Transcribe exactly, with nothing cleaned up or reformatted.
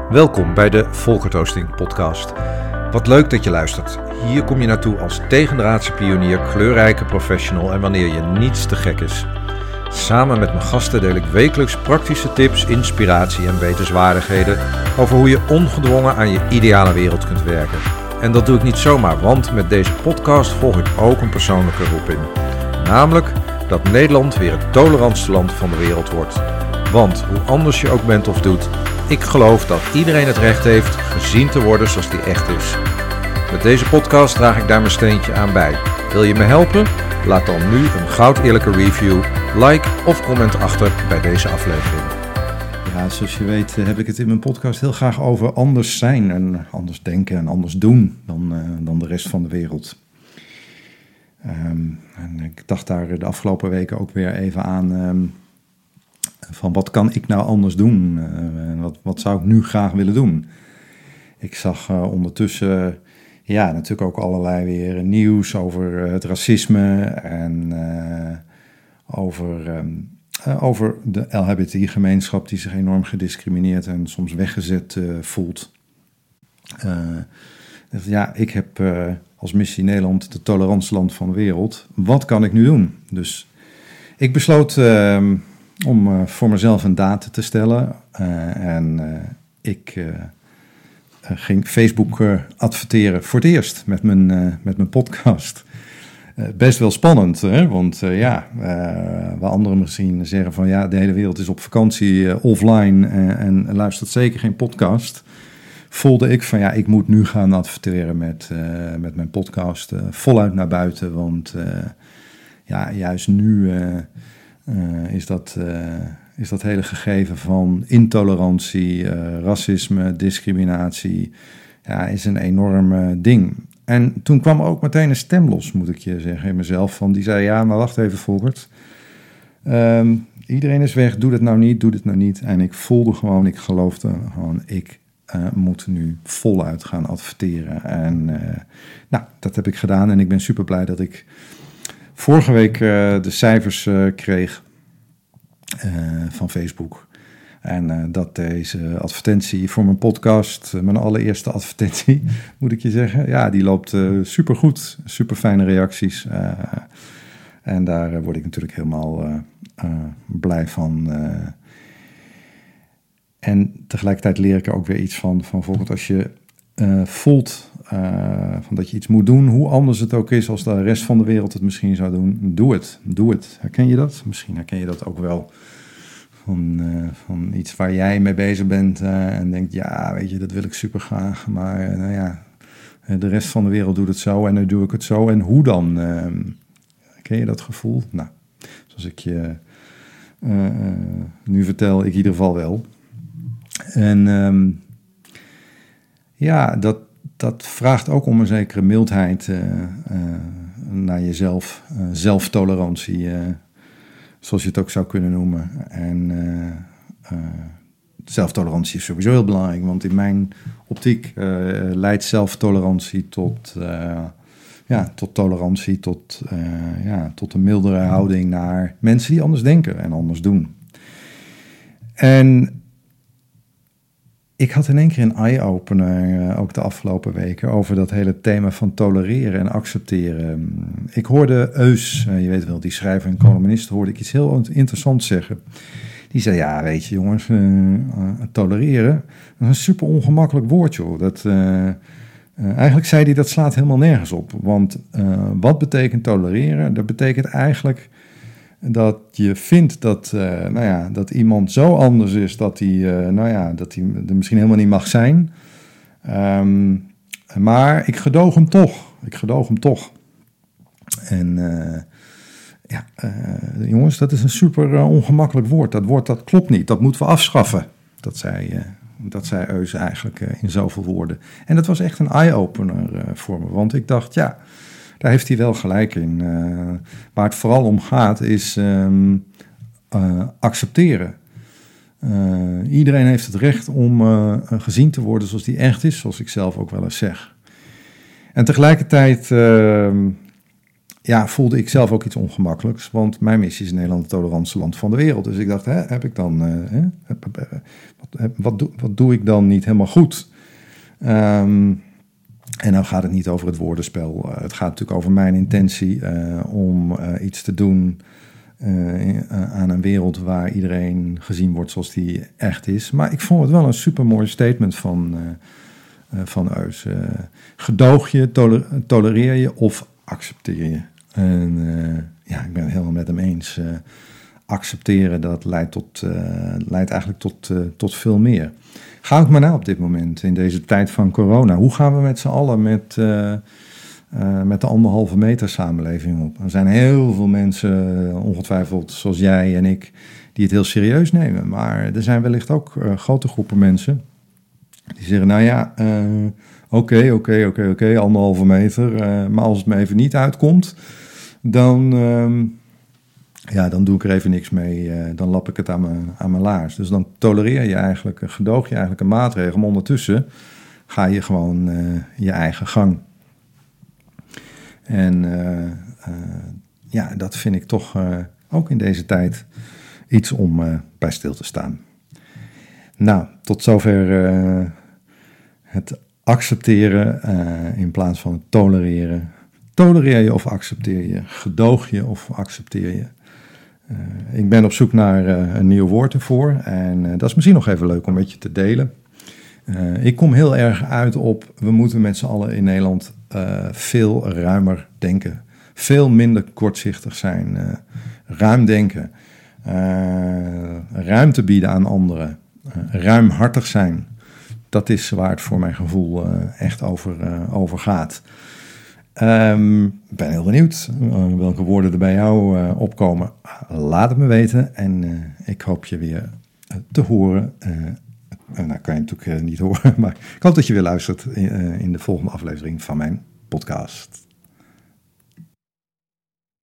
Welkom bij de Volkertoasting podcast. Wat leuk dat je luistert. Hier kom je naartoe als tegendraadse pionier, kleurrijke professional en wanneer je niets te gek is. Samen met mijn gasten deel ik wekelijks praktische tips, inspiratie en wetenswaardigheden over hoe je ongedwongen aan je ideale wereld kunt werken. En dat doe ik niet zomaar, want met deze podcast volg ik ook een persoonlijke roeping. Namelijk dat Nederland weer het tolerantste land van de wereld wordt. Want hoe anders je ook bent of doet, ik geloof dat iedereen het recht heeft gezien te worden zoals die echt is. Met deze podcast draag ik daar mijn steentje aan bij. Wil je me helpen? Laat dan nu een goud eerlijke review, like of comment achter bij deze aflevering. Ja, zoals je weet heb ik het in mijn podcast heel graag over anders zijn en anders denken en anders doen dan, uh, dan de rest van de wereld. Um, en ik dacht daar de afgelopen weken ook weer even aan um, van wat kan ik nou anders doen? Uh, wat, wat zou ik nu graag willen doen? Ik zag uh, ondertussen ja, natuurlijk ook allerlei weer nieuws over uh, het racisme en uh, over, um, uh, over de L H B T I-gemeenschap die zich enorm gediscrimineerd en soms weggezet uh, voelt. Uh, ja, ik heb uh, als missie Nederland het tolerantste land van de wereld. Wat kan ik nu doen? Dus ik besloot uh, om uh, voor mezelf een datum te stellen uh, en uh, ik uh, ging Facebook uh, adverteren voor het eerst met mijn, uh, met mijn podcast. Uh, best wel spannend, hè? Want uh, ja, uh, waar anderen misschien zeggen van ja, de hele wereld is op vakantie uh, offline uh, en luistert zeker geen podcast, voelde ik van ja, ik moet nu gaan adverteren met, uh, met mijn podcast uh, voluit naar buiten, want uh, ja, juist nu uh, uh, is dat... Uh, is dat hele gegeven van intolerantie, uh, racisme, discriminatie, ja, is een enorm uh, ding. En toen kwam er ook meteen een stem los, moet ik je zeggen, in mezelf. Van die zei, ja, maar wacht even, Volkert. Um, iedereen is weg, doe dit nou niet, doe dit nou niet. En ik voelde gewoon, ik geloofde gewoon, ik uh, moet nu voluit gaan adverteren. En uh, nou, dat heb ik gedaan en ik ben super blij dat ik vorige week uh, de cijfers uh, kreeg. Uh, van Facebook. En uh, dat deze advertentie voor mijn podcast, uh, mijn allereerste advertentie, moet ik je zeggen, ja, die loopt uh, supergoed. Super fijne reacties. Uh, en daar uh, word ik natuurlijk helemaal uh, uh, blij van. Uh, en tegelijkertijd leer ik er ook weer iets van. Van bijvoorbeeld als je uh, voelt uh, van dat je iets moet doen, hoe anders het ook is als de rest van de wereld het misschien zou doen, doe het. Doe het. Herken je dat? Misschien herken je dat ook wel. Van, uh, van iets waar jij mee bezig bent uh, en denkt, ja, weet je, dat wil ik super graag. Maar uh, nou ja, de rest van de wereld doet het zo en nu doe ik het zo. En hoe dan? Uh, ken je dat gevoel? Nou, zoals ik je uh, uh, nu vertel, ik in ieder geval wel. En um, ja, dat, dat vraagt ook om een zekere mildheid uh, uh, naar jezelf, uh, zelftolerantie, uh, zoals je het ook zou kunnen noemen. En uh, uh, zelftolerantie is sowieso heel belangrijk, want in mijn optiek uh, leidt zelftolerantie tot, uh, ja, tot tolerantie, tot, uh, ja, tot een mildere houding naar mensen die anders denken en anders doen. En ik had in één keer een eye-opener, uh, ook de afgelopen weken, over dat hele thema van tolereren en accepteren. Ik hoorde Eus, uh, je weet wel, die schrijver en columnist, hoorde ik iets heel interessants zeggen. Die zei, ja, weet je jongens, uh, uh, tolereren, dat is een super ongemakkelijk woord, joh. Dat, uh, uh, eigenlijk zei hij, dat slaat helemaal nergens op. Want uh, wat betekent tolereren? Dat betekent eigenlijk dat je vindt dat, uh, nou ja, dat iemand zo anders is dat hij, uh, nou ja, dat hij er misschien helemaal niet mag zijn. Um, maar ik gedoog hem toch. Ik gedoog hem toch. En uh, ja, uh, jongens, dat is een super uh, ongemakkelijk woord. Dat woord, dat klopt niet. Dat moeten we afschaffen. Dat zei, uh, dat zei Eus eigenlijk uh, in zoveel woorden. En dat was echt een eye-opener uh, voor me. Want ik dacht, ja, daar heeft hij wel gelijk in. Uh, waar het vooral om gaat is um, uh, accepteren. Uh, iedereen heeft het recht om uh, gezien te worden zoals die echt is, zoals ik zelf ook wel eens zeg. En tegelijkertijd uh, ja, voelde ik zelf ook iets ongemakkelijks, want mijn missie is Nederland het tolerantste land van de wereld. Dus ik dacht, hè, heb ik dan, uh, hè, heb, wat, doe, wat doe ik dan niet helemaal goed? Um, en dan gaat het niet over het woordenspel. Uh, het gaat natuurlijk over mijn intentie uh, om uh, iets te doen uh, in, uh, aan een wereld waar iedereen gezien wordt zoals die echt is. Maar ik vond het wel een supermooi statement van, uh, uh, van Eus. Uh, gedoog je, toler, tolereer je of accepteer je? En uh, ja, ik ben het helemaal met hem eens. Uh, accepteren, dat leidt, tot, uh, leidt eigenlijk tot, uh, tot veel meer. Ga ook maar na op dit moment, in deze tijd van corona. Hoe gaan we met z'n allen met, uh, uh, met de anderhalve meter samenleving op? Er zijn heel veel mensen, uh, ongetwijfeld zoals jij en ik, die het heel serieus nemen. Maar er zijn wellicht ook uh, grote groepen mensen die zeggen, nou ja, oké, oké, oké, oké, anderhalve meter. Uh, maar als het me even niet uitkomt, dan... Uh, Ja, dan doe ik er even niks mee. Uh, dan lap ik het aan mijn, aan mijn laars. Dus dan tolereer je eigenlijk, gedoog je eigenlijk een maatregel. Maar ondertussen ga je gewoon uh, je eigen gang. En uh, uh, ja, dat vind ik toch uh, ook in deze tijd iets om uh, bij stil te staan. Nou, tot zover uh, het accepteren uh, in plaats van het tolereren. Tolereer je of accepteer je? Gedoog je of accepteer je? Uh, ik ben op zoek naar uh, een nieuw woord ervoor. En uh, dat is misschien nog even leuk om met je te delen. Uh, ik kom heel erg uit op, we moeten met z'n allen in Nederland uh, veel ruimer denken. Veel minder kortzichtig zijn. Uh, ruim denken. Uh, ruimte bieden aan anderen. Uh, ruimhartig zijn. Dat is waar het voor mijn gevoel uh, echt over, uh, over gaat. Ik um, ben heel benieuwd uh, welke woorden er bij jou uh, opkomen. Laat het me weten en uh, ik hoop je weer uh, te horen. Uh, uh, nou kan je natuurlijk uh, niet horen, maar ik hoop dat je weer luistert in, uh, in de volgende aflevering van mijn podcast.